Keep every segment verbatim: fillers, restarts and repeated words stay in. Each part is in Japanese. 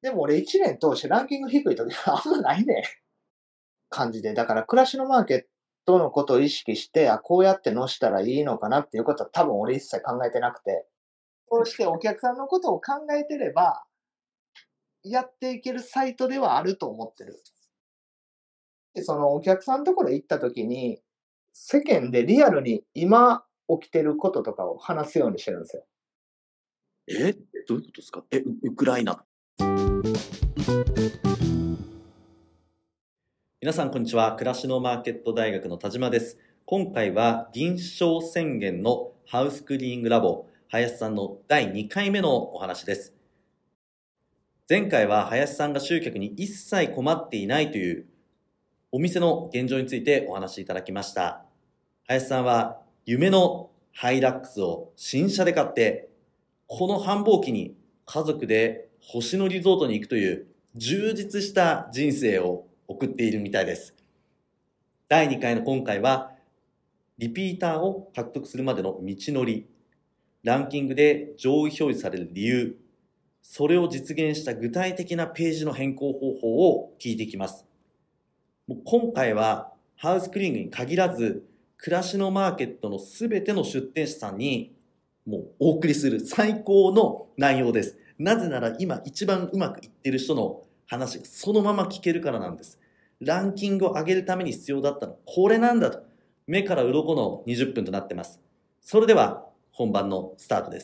でも俺いちねん通してランキング低い時あんまないね。感じで。だから暮らしのマーケットのことを意識して、あ、こうやって載したらいいのかなっていうことは多分俺一切考えてなくて。そうしてお客さんのことを考えてれば、やっていけるサイトではあると思ってる。で、そのお客さんのところ行った時に、世間でリアルに今起きてることとかを話すようにしてるんですよ。 え、どういうことですか？え、ウウクライナ。皆さんこんにちは。暮らしのマーケット大学の田島です。今回は臨床宣言のハウスクリーニングラボ林さんのだいにかいめのお話です。前回は林さんが集客に一切困っていないというお店の現状についてお話しいただきました。林さんは夢のハイラックスを新車で買って、この繁忙期に家族で星野リゾートに行くという充実した人生を送っているみたいです。だいにかいの今回はリピーターを獲得するまでの道のり、ランキングで上位表示される理由、それを実現した具体的なページの変更方法を聞いていきます。もう今回はハウスクリーニングに限らず、暮らしのマーケットのすべての出店者さんにもうお送りする最高の内容です。なぜなら今一番うまくいってる人の話がそのまま聞けるからなんです。ランキングを上げるために必要だったのこれなんだと、目から鱗のにじゅっぷんとなってます。それでは本番のスタートです。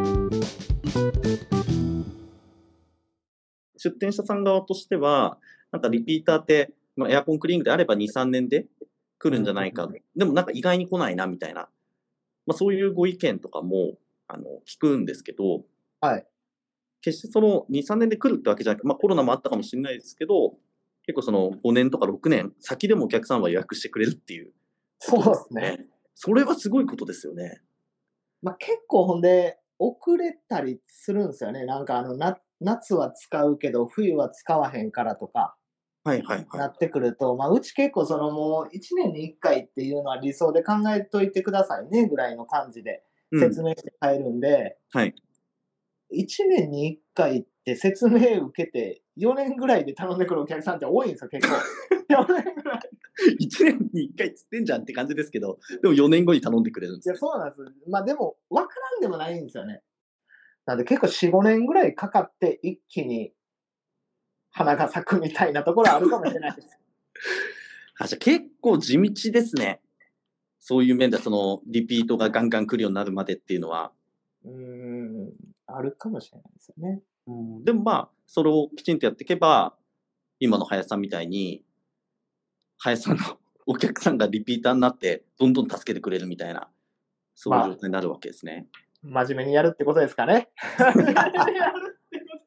出店者さん側としては、なんかリピーターって、まあ、エアコンクリーニングであればに、さんねんで来るんじゃないか。でもなんか意外に来ないなみたいな。まあ、そういうご意見とかもあの聞くんですけど、 はい。 決してそのに、さんねんで来るってわけじゃなくて、まあ、コロナもあったかもしれないですけど、結構そのごねんとかろくねん先でもお客さんは予約してくれるっていうそうことですね。 それはすごいことですよね。 まあ、結構ほんで、遅れたりするんですよね。なんかあの、な夏は使うけど、冬は使わへんからとかはいはいはい。 なってくると、まあ、うち結構そのもういちねんにいっかいっていうのは理想で考えといてくださいねぐらいの感じでうん。 説明して変えるんで、 はい。 いちねんにいっかいって説明受けて、よねんぐらいで頼んでくるお客さんって多いんですよ、結構。よねんぐらい。 いちねんにいっかいつってんじゃんって感じですけど、でもよねんごに頼んでくれるんでいや、 すね。 そうなんです。まあ、でも、分からんでもないんですよね。なんで結構よん、ごねんぐらいかかって一気に花が咲くみたいなところはあるかもしれないです。 あ、じゃあ結構地道ですね。そういう面ではそのリピートがガンガン来るようになるまでっていうのは。 うーん、あるかもしれないですよね。 うん、でもまあ、それをきちんとやっていけば、今の林さんみたいに、林さんのお客さんがリピーターになって、どんどん助けてくれるみたいな、そういうまあ、 状態になるわけですね。 真面目にやるってことですかね。真面目にやるってこと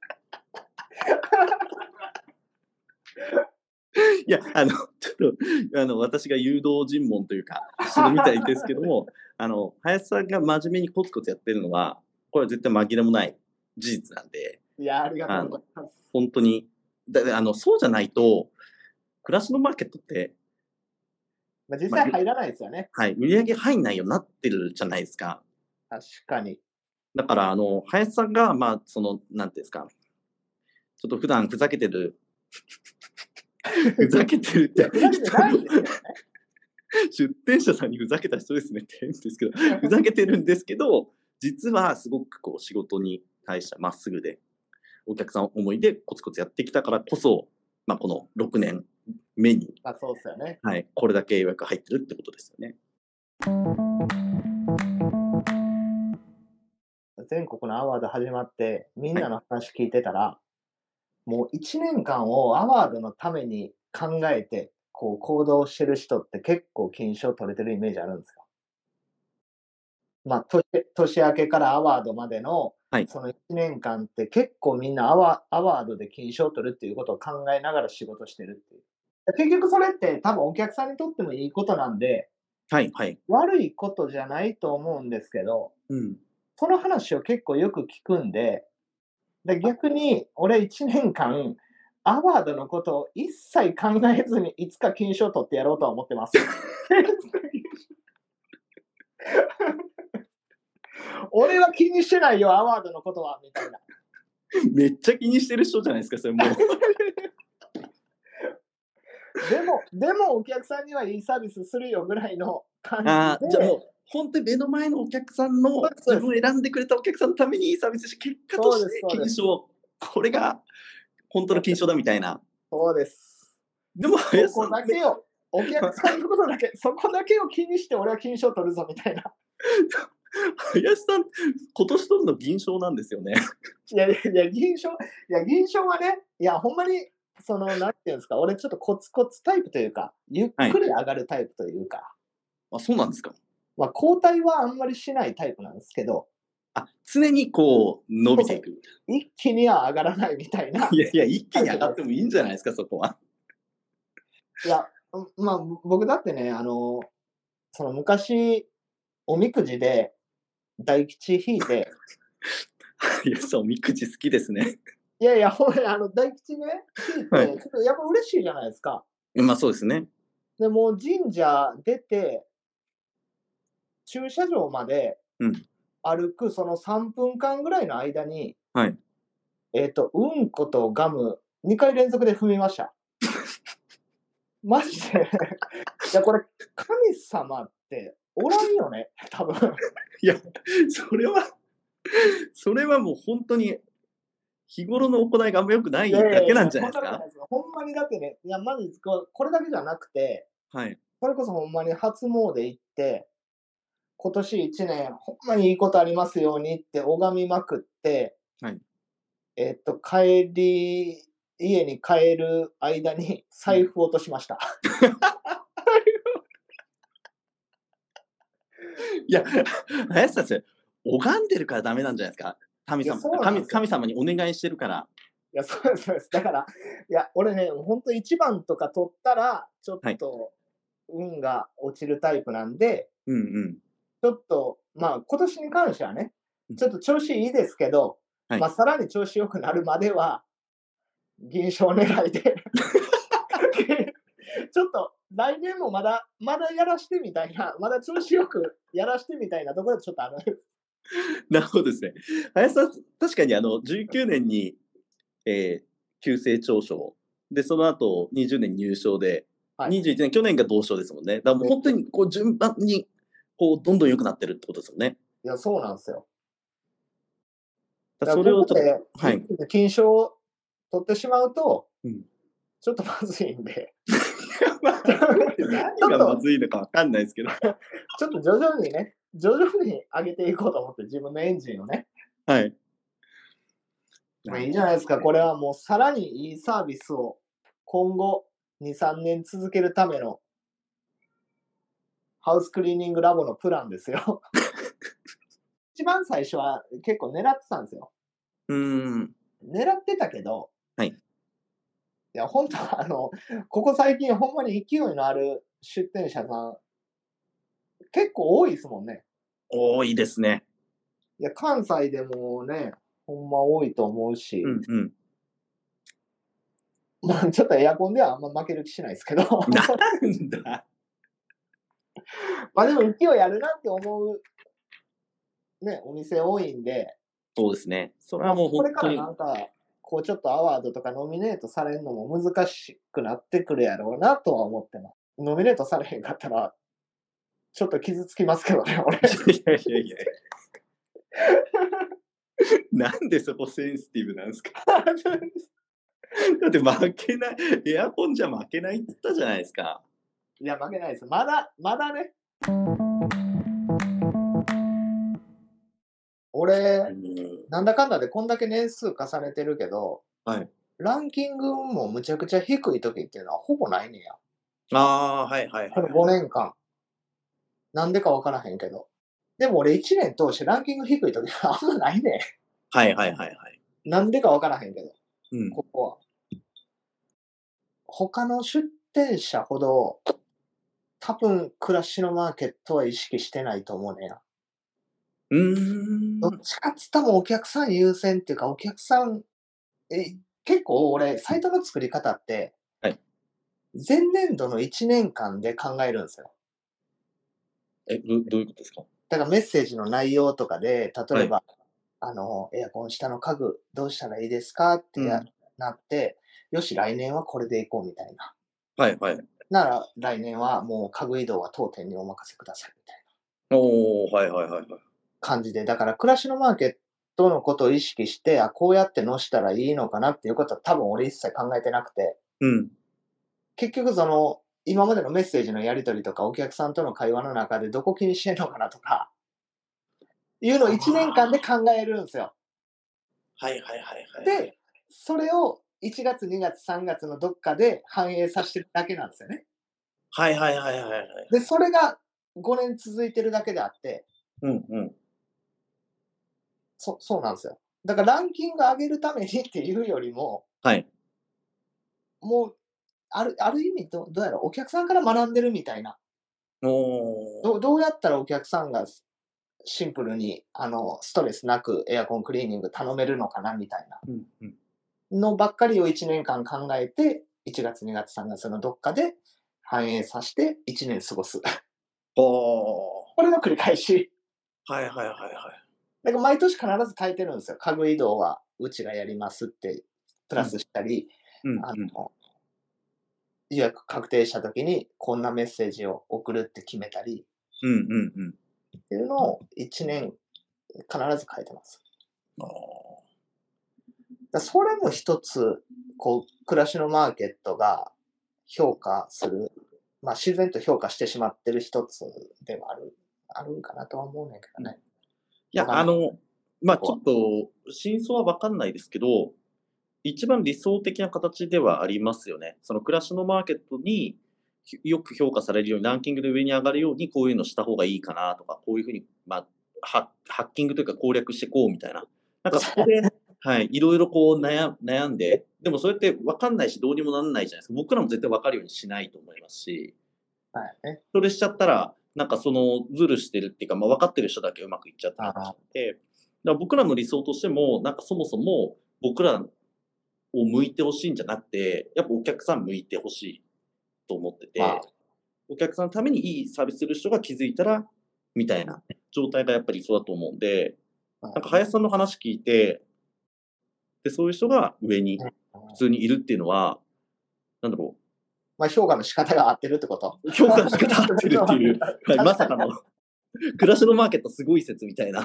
いや、あの、ちょっと、あの、私が誘導尋問というか、するみたいですけども、あの、林さんが真面目にコツコツやってるのは、これは絶対紛れもない事実なんで、 いや、ありがとうあの、 ございます。 本当に、だあの、そうじゃないと、暮らしのマーケットって、 まあ、実まあ、 際入らないですよね。 はい、売り上げ入んないようになってるじゃないですか。 確かに。 だから、あの、林さんが、まあ、その、なんていうんですか、ちょっと普段ふざけてるふざけてるっいや、 てふざけて人ないんですけどね。 出店者さんにふざけた人ですねって言うんですけど、ふざけてるんですけど、実はすごくこう仕事に対してまっすぐで、お客さん思いでコツコツやってきたからこそ、まあ、このろくねんめに、 まあ、そうですよね。 はい、これだけ予約入ってるってことですよね。 全国のアワード始まって、みんはい。 なの話聞いてたら、もういちねんかんをアワードのために考えて、こう行動してる人って結構金賞取れてるイメージあるんですよ。まあ、年年明けからアワードまでの、 はい。 そのいちねんかんって結構みんなアワアワードで金賞取るっていうことを考えながら仕事してるっていう。結局それって多分お客さんにとってもいいことなんで、 はいはい。 悪いことじゃないと思うんですけど、 うん。 その話を結構よく聞くんで、で、逆に俺いちねんかん、アワードのことを一切考えずにいつか金賞取ってやろうとは思ってます。俺は気にしてないよ、アワードのことは、みたいな。 めっちゃ気にしてる人じゃないですか、それもう。 でも、でもお客さんにはいいサービスするよぐらいの感ああ、 じで、 じゃあもう、本当に目の前のお客さんの、 そうです自分を選んでくれたお客さんのためにいいサービスして、結果とそうです、 してそうです。 金賞、これが本当の金賞だみたいな。 そうです。 でも、 そこ林さんね、 だけよ。お客さんのことだけ、そこだけを気にして俺は金賞取るぞみたいな。 林さん、今年取るの銀賞なんですよね。 いやいやいや、銀賞、いや、銀賞はね、いや、ほんまに、その、なんていうんですか、俺ちょっとコツコツタイプというか、ゆっはい。 くり上がるタイプというか、 あ、そうなんですか。 まあ、交代はあんまりしないタイプなんですけど、 あ、常にこう伸そうそう、 びていく。 一気には上がらないみたいないやいや、一気に上がってタイプです。 もいいんじゃないですか、そこは。 いや、うん、まあ、僕だってね、あの、その昔、おみくじで大吉引いて、 林さん、おみくじ好きですね。 いやいや、ほんあの、大吉ね、引いはい。 て、ちょっとやっぱ嬉しいじゃないですか。 まあ、そうですね。 で、もう神社出て、駐車場までうん。 歩くそのさんぷんかんぐらいの間に、 はい。 えっと、うんことガムにかい連続で踏みました。マジで。いや、これ、神様っておらんよね、多分。 いや、それはそれはもう本当に日頃の行いがあんま良くないやいだけなんいやいや、そんじゃないですか？ なことないですよ。ほんまにだってね、いや、まずここれだけじゃなくて、 はい。 それこそほんまに初詣行って、今年いちねんほんまにいいことありますようにって拝みまくって、 はい。 えっと、帰り家に帰る間にうん。 財布落としました。 いや、林さん、それ、拝んでるからダメなんじゃないですか？神いや、 様そうなんですよ。 神神様にお願いしてるから。 いや、そうですそうです。だから、いや、俺ね、ほんといちばんとか取ったら、ちょっはい。 と運が落ちるタイプなんで、 うんうん。 ちょっと、まあ、今年に関してはね、 うん。 ちょっと調子いいですけど、ま、 はい。 さらに調子良くなるまでは、銀賞狙いでちょっと来年もまだまだやらしてみたいな、まだ調子よくやらしてみたいなところでちょっとあのなるほどですね。林さん、確かにあの、じゅうきゅうねんに、ええ、急成長賞、で、その後にじゅうねん入賞で、 はい。 にじゅういちねん、去年が銅賞ですもんね。だからもうほんとにこう順番に、こうどんどん良くなってるってことですよね。 いや、そうなんすよ。 だ、 だからそれをちょっとここではい。 一気に金賞を取ってしまうと、 うん。 ちょっとまずいんで、 まずいってち何がまょっとずいのかわかんないすけど。 ちょっと徐々にね、徐々に上げていこうと思って、自分のエンジンをね。 はい。 まあ、いなるいじゃないですか。 ほどね。 これはもうさらにいいサービスを今後に、さんねん続けるためのハウスクリーニングラボのプランですよ。一番最初は結構狙ってたんですよ。 うーん。 狙ってたけど、 はい。 いや、ほんとはあの、ここ最近ほんまに勢いのある出店者さん、結構多いですもんね。 多いですね。 いや、関西でもね、ほんま多いと思うし、 うんうん。 まあ、ちょっとエアコンではあんま負ける気しないですけど、 なんだ。 ま、でも勢いあるなって思うね、お店多いんで、 そうですね。それはま、 もうほこれからなんとに、 んか、こうちょっとアワードとかノミネートされんのも難しくなってくるやろうなとは思ってます。ノミネートされへんかったら、ちょっと傷つきますけどね、俺。 いやいやいやいや、なんでそこセンシティブなんすか？だって負けない、エアコンじゃ負けないっつったじゃないですか。 いや、負けないです。まだまだね、俺、 うーん。 なんだかんだでこんだけ年数重ねてるけど、 はい。 ランキングもむちゃくちゃ低い時っていうのはほぼないねや。 ああ、はいはいはいこのはい。 ごねんかん。なんでかわからへんけど。でも俺いちねん通してランキング低い時あんまないねはいはいはいはい。 ん。なんでかわからへんけど、 うん。 ここは。他の出店者ほど、多分暮らしのマーケットは意識してないと思うねや。 うーどっん。 ちかっつったらもうお客さん優先っていうか、お客さん、え、結構俺、サイトの作り方って、 はい。 前年度のいちねんかんで考えるんですよ。 え、どどういうことですか？ だからメッセージの内容とかで、例はい。 えば、 あの、エアコン下の家具どうしたらいいですかってや、 うん。 なって、よし、来年はこれでいこうみたいな。 はいはい。 なら、来年はもう家具移動は当店にお任せくださいみたいおお、はいはいはいはい。 な感じで、だから暮らしのマーケットのことを意識して、あ、こうやってのしたらいいのかなっていうことは多分俺一切考えてなくて、 うん。 結局その、今までのメッセージのやり取りとか、お客さんとの会話の中でどこ気にしてんのかなとか、いうのをあいちねんかんであ。 考えるんですよ。 はいはいはいはいはで、 い。 それをいちがつ、にがつ、さんがつのどっかで反映させてるだけなんですよね。 はいはいはいはいはいはい。 で、それがごねん続いてるだけであって、 うんうん。 そそうなんですよ。だからランキング上げるためにっていうよりも、 はい。 もう、あるある意味どどうやろう、お客さんから学んでるみたいな。 おお。 どどうやったらお客さんがシンプルに、あの、ストレスなくエアコンクリーニング頼めるのかなみたいなうんうん。 のばっかりをいちねんかん考えて、いちがつ、にがつ、さんがつのどっかで反映さしていちねん過ごす。 ほお。 これの繰り返し。 はいはいはいはい。 だから毎年必ず書いてるんですよ。家具移動はうちがやりますってプラうん。 スしたり、 うんうん。 あの、予約確定した時にこんなメッセージを送るって決めたりうんうんうん。 っていうのをいちねん必ず書いてます。 ああ。 だそれも一つ、こう、暮らしのマーケットが評価する、まあ、自然と評価してしまってる一つではあるあるんかなとは思うねんけうん。いどね。わや、 かんない、 あの、ま、 そこは。 ちょっと真相はわかんないですけど、一番理想的な形ではありますよね。その暮らしのマーケットに、ひよく評価されるように、ランキングで上に上がるように、こういうのした方がいいかなとか、こういう風に、ま、ハハッキングというか攻略してこうみたいな。なんかそこで、はい、いろいろこうなや悩んで、でもそれってわかんないし、どうにもなんないじゃないですか。僕らも絶対わかるようにしないと思いますし、 はいね。 それしちゃったら、なんかそのズルしてるっていうか、ま、分かってる人だけうまくいっちゃってある話あ、 で、だから僕らの理想としても、なんかそもそも、僕らを向いて欲しいんじゃなくて、やっぱお客さん向いて欲しいと思ってまあ、 て、お客さんのためにいいサービスする人が気づいたら、みたいな状態がやっぱり理想だと思うんで、なんかまあね。 林さんの話聞いて、で、そういう人が上にうん、 普通にいるっていうのは、なんだろまあ、評価の仕方が合ってるってこと？ う、評価の仕方合ってるっていう、はい、ま確かに。 さかの暮らしのマーケットすごい説みたいな。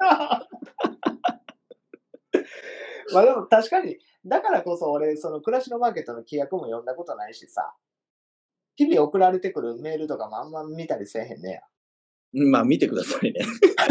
まあ、でも確かに、だからこそ俺、その暮らしのマーケットの規約も読んだことないしさ、日々送られてくるメールとかもあんま見たりせえへんねや。 うん、まあ見てくださいね。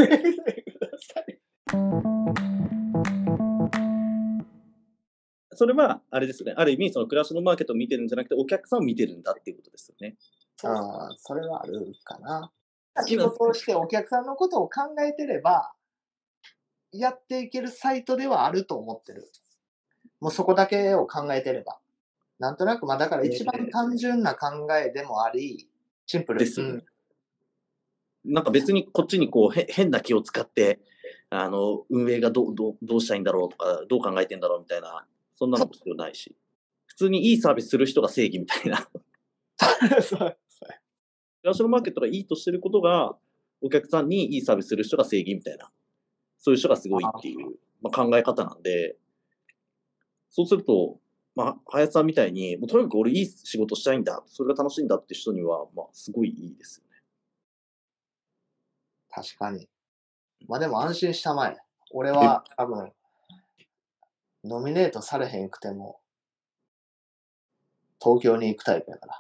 それはあれですね、ある意味その暮らしのマーケットを見てるんじゃなくて、お客さんを見てるんだっていうことですよね。 ああ、それはあるかな。仕今事をしてお客さんのことを考えてれば、やっていけるサイトではあると思ってる。もうそこだけを考えてれば。なんとなく、ま、だからえ一番え、 単純な考えでもあり、シンプル。 ですよね。 うん。 なんか別にこっちにこう、へ変な気を使って、あの、運営がどうどうどうしたいんだろうとか、どう考えてんだろうみたいな、そんなのそも必要ないし、普通にいいサービスする人が正義みたいな。 う、そう、 暮らしのマーケットがいいとしてることが、お客さんにいいサービスする人が正義みたいな、そういう人がすごいっていあう、ま、考え方なんで、そうすると、ま、林さんみたいに、もうとにかく俺いい仕事したいんだ、それが楽しいんだって人には、ま、すごいいいですよね。 あ、確かに。ま、でも安心したまえ。俺え、 は多分、ノミネートされへんくても、東京に行くタイプやから。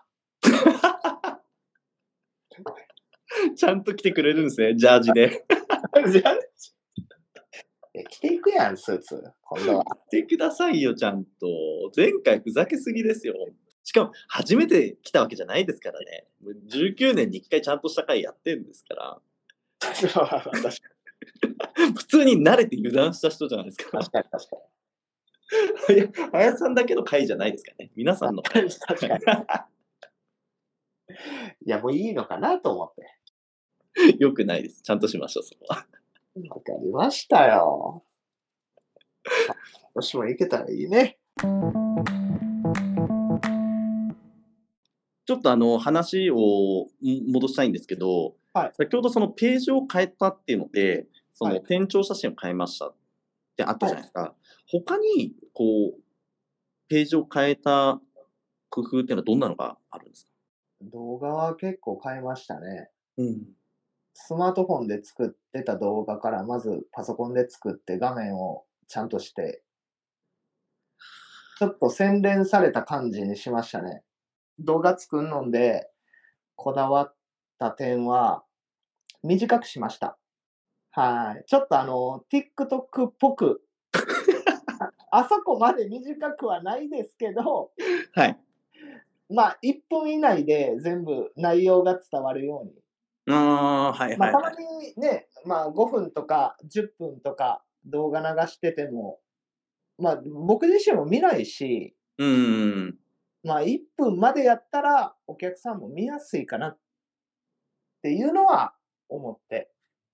ちゃんと来てくれるんですね、ジャージで。 じゃあ、え、着ていくやん、スーツ、今度は。 来てくださいよ、ちゃんと。前回ふざけすぎですよ。しかも初めて来たわけじゃないですからね。もうじゅうきゅうねんにいっかいちゃんとした回やってんですから。 確かに、 普通に慣れて油断した人じゃないですか。 確かに確かに。 いや、林さんだけの回じゃないですからね。皆さんの回。 確かに。いや、もういいのかなと思って。 良くないです。ちゃんとしましょう、そこは。 わかりましたよ。今年も行けたらいいね。 ちょっとあの、話を、ん、戻したいんですけど、 はい、 先ほどそのページを変えたっていうので、そはい。 の店長写真を変えました。 ってあったじゃないですか。他に、こう、ページを変えた工夫っていうのはどんなのがあるんですか？ 動画は結構変えましたね。 うん。 スマートフォンで作ってた動画から、まずパソコンで作って画面をちゃんとして、ちょっと洗練された感じにしましたね。動画作んので、こだわった点は、短くしました。はい。ちょっとあの、TikTok っぽく、あそこまで短くはないですけど、 はい。 まあ、いっぷん以内で全部内容が伝わるように。 ああ、はいまあ、たまはいはい。 にね、まあ、ごふんとかじゅっぷんとか動画流してても、まあ、僕自身も見ないし、 うんうんうん。 まあ、いっぷんまでやったら、お客さんも見やすいかなっていうのは思って、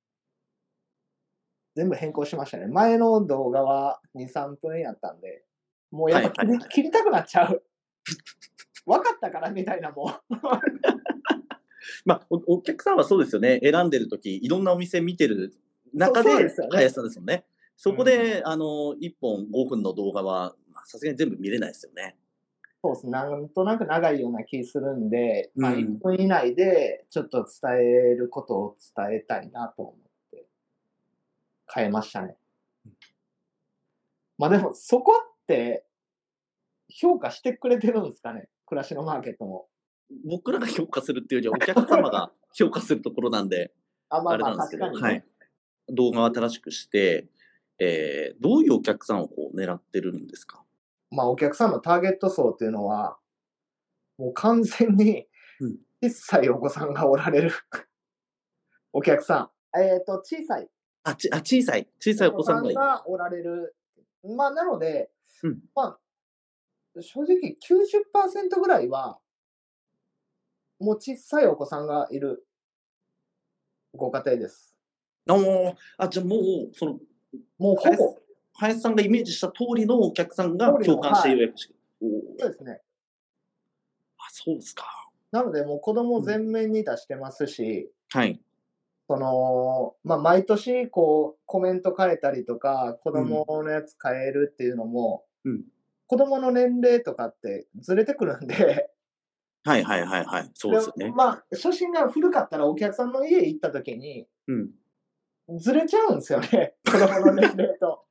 全部変更しましたね。前の動画はに、さんぷんやったんで、もうやっぱ切りはいはいはい。 切りたくなっちゃう。分かったからみたいなもん。 まあ、おお客さんはそうですよね。選んでる時、いろんなお店見てるそ中で、 そうですよね。 林さんですもんね。そこうん。 で、あの、いっぽんごふんの動画は、まあ、さすがに全部見れないですよね。 そうす、なんとなく長いような気するんで、まあ、1 うん。 分以内でちょっと伝えることを伝えたいなと思って変えましたね。ま、でも、そこって評価してくれてるんすかね？暮らしのマーケットも。 僕らが評価するっていうよりは、お客様が評価するところなんで、 あ、まああれまあ、 なんですけど、 確かにね。 はい。動画を新しくして、えーどういうお客さんをこう狙ってるんですか？ まあ、お客さんのターゲット層っていうのは、もう完全にうん。 小さいお子さんがおられるお客さん。えっと、小さいあ、ちあ、小さい小さいおお子さ子さんがいい。 んがおられる。まあ、なので、 うん。 まあ、正直きゅうじゅっパーセントぐらいは、もう小さいお子さんがいるご家庭です。 ああ、あ、じゃ、もう、その、林もうほぼ林さんがイメージした通りのお客さんが通りの、 共感してはい、 予約しておお、 そうですね。 あ、そうですか。 なので、もう子供うん。 全面に出してますし、 はい。 その、まあ、毎年こうコメント変えたりとか、子うん。 供のやつ変えるっていうのも、 うん。 子供の年齢とかってずれてくるんで、 はいはいはいはい。そうで、 ですよね。 まあ、初心が古かったらお客さんの家行った時に、 うん。 ずれちゃうんすよね、子供の年齢と。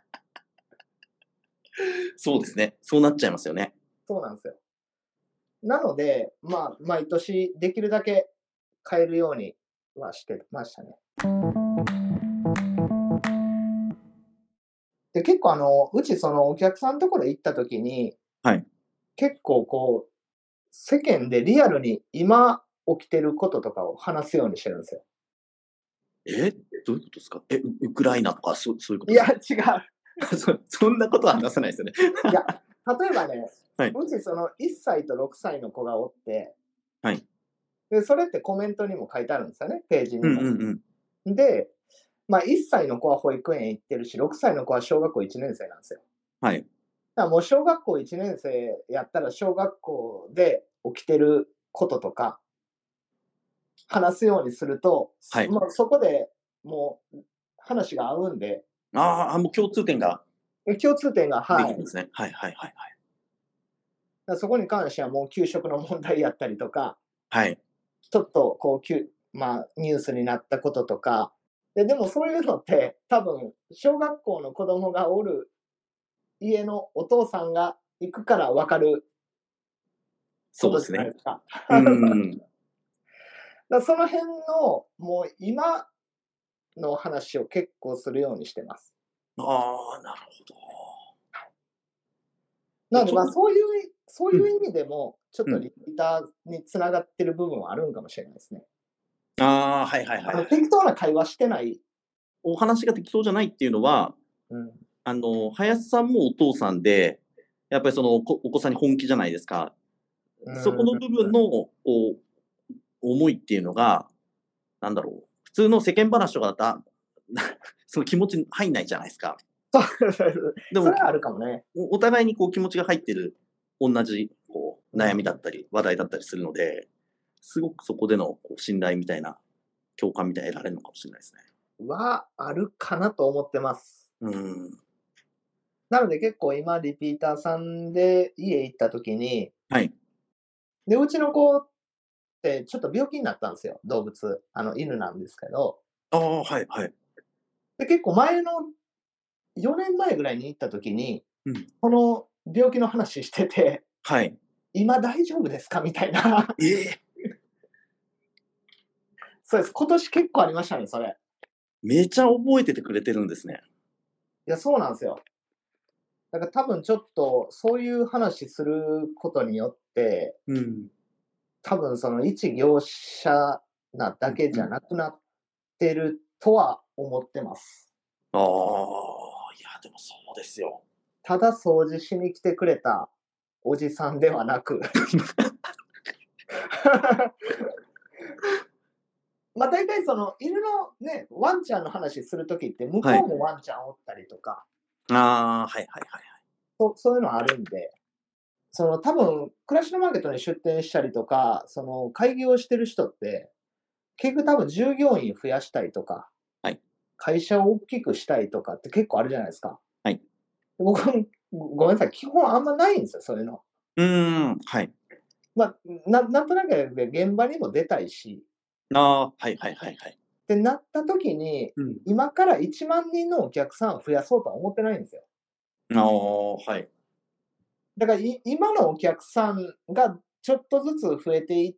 そうですね。そうなっちゃいますよね。 そうなんすよ。なので、まあ、毎年できるだけ変えるようにはしてましたね。で、結構あの、うちそのお客さんところ行った時に、 はい。 結構こう、世間でリアルに今起きてることとかを話すようにしてるんですよ。 え、どういうことですか？え、ウウクライナとか、そうそういうこといや、 ですか？ 違う。 そそんなことは話さないですよね。 いや、例えばね、 はい。 うちそのいっさいとろくさいの子がおって、 はい。 で、それってコメントにも書いてあるんですよね、ページうんにも。 うんうん。 で、まあ、いっさいの子は保育園行ってるし、ろくさいの子は小学校いちねん生なんですよ。 はい。 だからもう小学校いちねん生やったら、小学校で起きてることとか、話すようにすると、 はい。 まあ、そこでもう話が合うんで、 ああ、もう共通点が共通点が、はい。 できるんですね。はいはいはいはい。 だそこに関してはもう給食の問題やったりとか、 はい。 ちょっとこう、きゅまあ、ニュースになったこととか、ででもそういうのって、多分、小学校の子供がおる家のお父さんが行くから分かることじそうですね。 ゃないですか。 うーん。 だその辺の、もう今の話を結構するようにしてます。 ああ、なるほど。 なので、まあ、 そこそういうそううん、 いう意味でも、ちょっうん。 とリピーターに繋がってる部分はあるんかもしれないですね。 ああ、はいはいはいあの、 はい。 適当な会話してない。 お話が適当じゃないっていうのは、 うん。 あの、林さんもお父さんで、やっぱりその、こお子さんに本気じゃないですか。 うそこーん。 の部分の、こう、思いっていうのが、なんだろう、普通の世間話とかだったら、その気持ちに入んないじゃないですか。 そうそうそう。 でも、 それはあるかもね。 おお互いにこう気持ちが入ってる、同じこう悩みだうん。 ったり、話題だったりするので、すごくそこでのこう信頼みたいな、共感みたいな得られるのかもしれないですね。 は、あるかなと思ってます。 うん。 なので結構今リピーターさんで家行った時に、 はい。 で、うちの子ってちょっと病気になったんですよ、動物。あの、犬なんですけど。 ああ、はいはい。 で、結構前のよねんまえぐらいに行った時に、 うん。 この病気の話してて、 はい。 今大丈夫ですかみたいな。 ええ！ そうです。今年結構ありましたね、それ。 めちゃ覚えててくれてるんですね。 いや、そうなんすよ。だから多分ちょっと、そういう話することによって、 うん。 多分その一業者なだけじゃうんうん。 なくなってるとは思ってます。 ああ、いや、でもそうですよ。 ただ掃除しに来てくれたおじさんではなく。ま、大体その犬のね、ワンちゃんの話する時って、向はい。 こうもワンちゃんおったりとか、 ああ、はいはいはいはい。 そそういうのあるんで、その多分、暮らしのマーケットに出店したりとか、その開業してる人って、結局多分従業員増やしたいとか、 はい。 会社を大きくしたいとかって結構あるじゃないですか。 はい。 僕、ごごめんなさい、基本あんまないんですよ、そういうの。 うーん、はい。 ま、ななんとなくで現場にも出たいし、 ああ、はいはいはいはい。 ってなった時に、 うん。 今からいちまん人のお客さんを増やそうとは思ってないんですよ。 ああ、はい。 だから、い今のお客さんがちょっとずつ増えていって、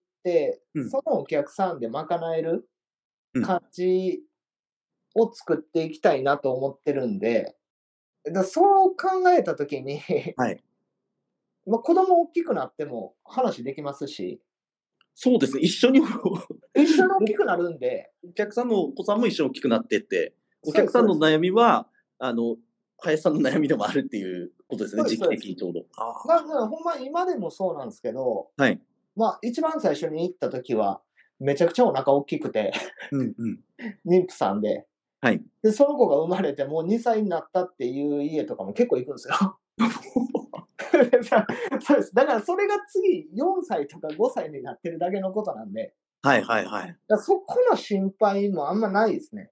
うん、 そのお客さんで賄えるうん。 感じを作っていきたいなと思ってるんで、だ、そう考えた時に、 はい。 ま、子供大きくなっても話できますし、 そうですね、一緒に一緒に大きくなるんで、 お客さんのお子さんも一緒に大きくなってって、おそうですそうです。 客さんの悩みは、あの、林さんの悩みでもあるっていうことですね、時期そうですそうです。 的にちょうど。あま、 あ。 まあ、ほんま今でもそうなんすけど、 はい。 まあ、一番最初に行った時は、めちゃくちゃお腹大きくて、 うんうん。 妊婦さんで、 はい。 で、その子が生まれてもうにさいになったっていう家とかも結構行くんすよ。さそうです。だからそれが次よんさいとかごさいになってるだけのことなんで、 はいはいはい。 だ、そこの心配もあんまないですね。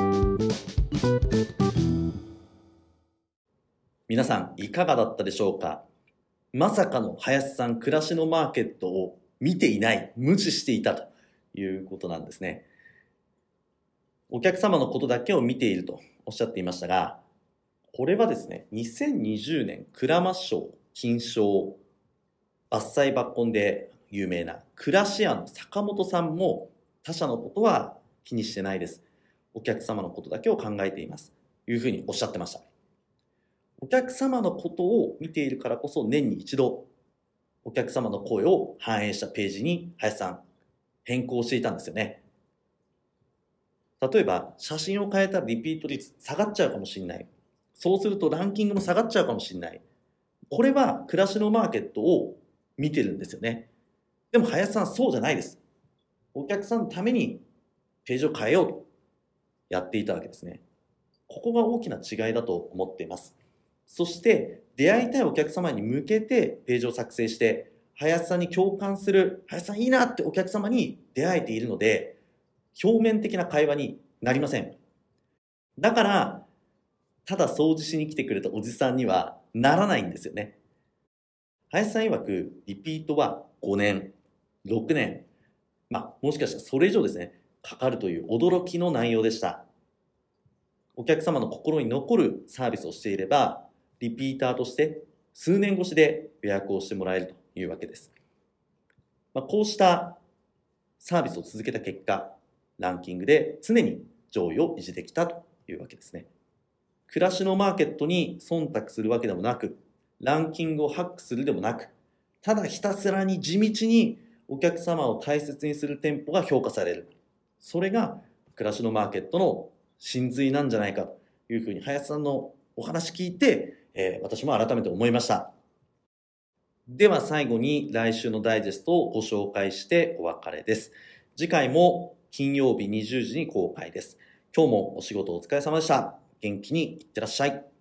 皆さんいかがだったでしょうか？まさかの林さん、暮らしのマーケットを見ていない、無視していたということなんですね。お客様のことだけを見ているとおっしゃっていましたが、これはですね、にせんにじゅうねん鞍馬賞金賞伐採抜根で有名な暮らし屋の坂本さんも他社のことは気にしてないです。お客様のことだけを考えています。というふうにおっしゃってました。お客様のことを見ているからこそ年に一度お客様の声を反映したページに林さん変更していたんですよね。例えば写真を変えたらリピート率下がっちゃうかもしれない。そうするとランキングも下がっちゃうかもしれない。これは暮らしのマーケットを見てるんですよね。でも林さんそうじゃないです。お客さんのためにページを変えようとやっていたわけですね。ここが大きな違いだと思っています。そして出会いたいお客様に向けてページを作成して、林さんに共感する、林さんいいなってお客様に出会えているので、表面的な会話になりません。だから、ただ掃除しに来てくれたおじさんにはならないんですよね。林さん曰く、リピートはごねん、ろくねん、まあ、もしかしたらそれ以上ですね、かかるという驚きの内容でした。お客様の心に残るサービスをしていれば、リピーターとして数年越しで予約をしてもらえるというわけです。まあ、こうしたサービスを続けた結果、ランキングで常に上位を維持できたというわけですね。暮らしのマーケットに忖度するわけでもなく、ランキングをハックするでもなく、ただひたすらに地道にお客様を大切にする店舗が評価される。それが暮らしのマーケットの真髄なんじゃないかというふうに林さんのお話聞いて、えー私も改めて思いました。では最後に来週のダイジェストをご紹介してお別れです。次回も金曜日にじゅうじに公開です。今日もお仕事お疲れ様でした。元気にいってらっしゃい。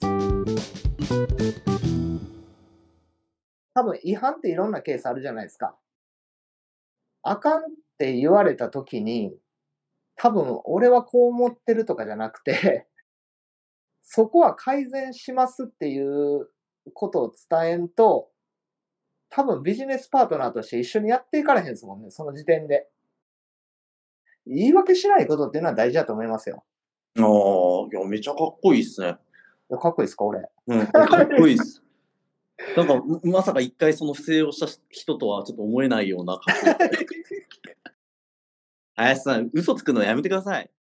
多分違反っていろんなケースあるじゃないですか。あかんって言われた時に、多分俺はこう思ってるとかじゃなくて、 そこは改善しますっていうことを伝えんと、多分ビジネスパートナーとして一緒にやっていかれへんですもんね、その時点で。言い訳しないことっていうのは大事だと思いますよ。 ああ、いや、めちゃかっこいいっすね。 いやかっこいいですか、俺。 うん、かっこいいっす。なんか、まさか一回その不正をした人とはちょっと思えないようなかっこよさ。林さん、嘘つくのやめてください。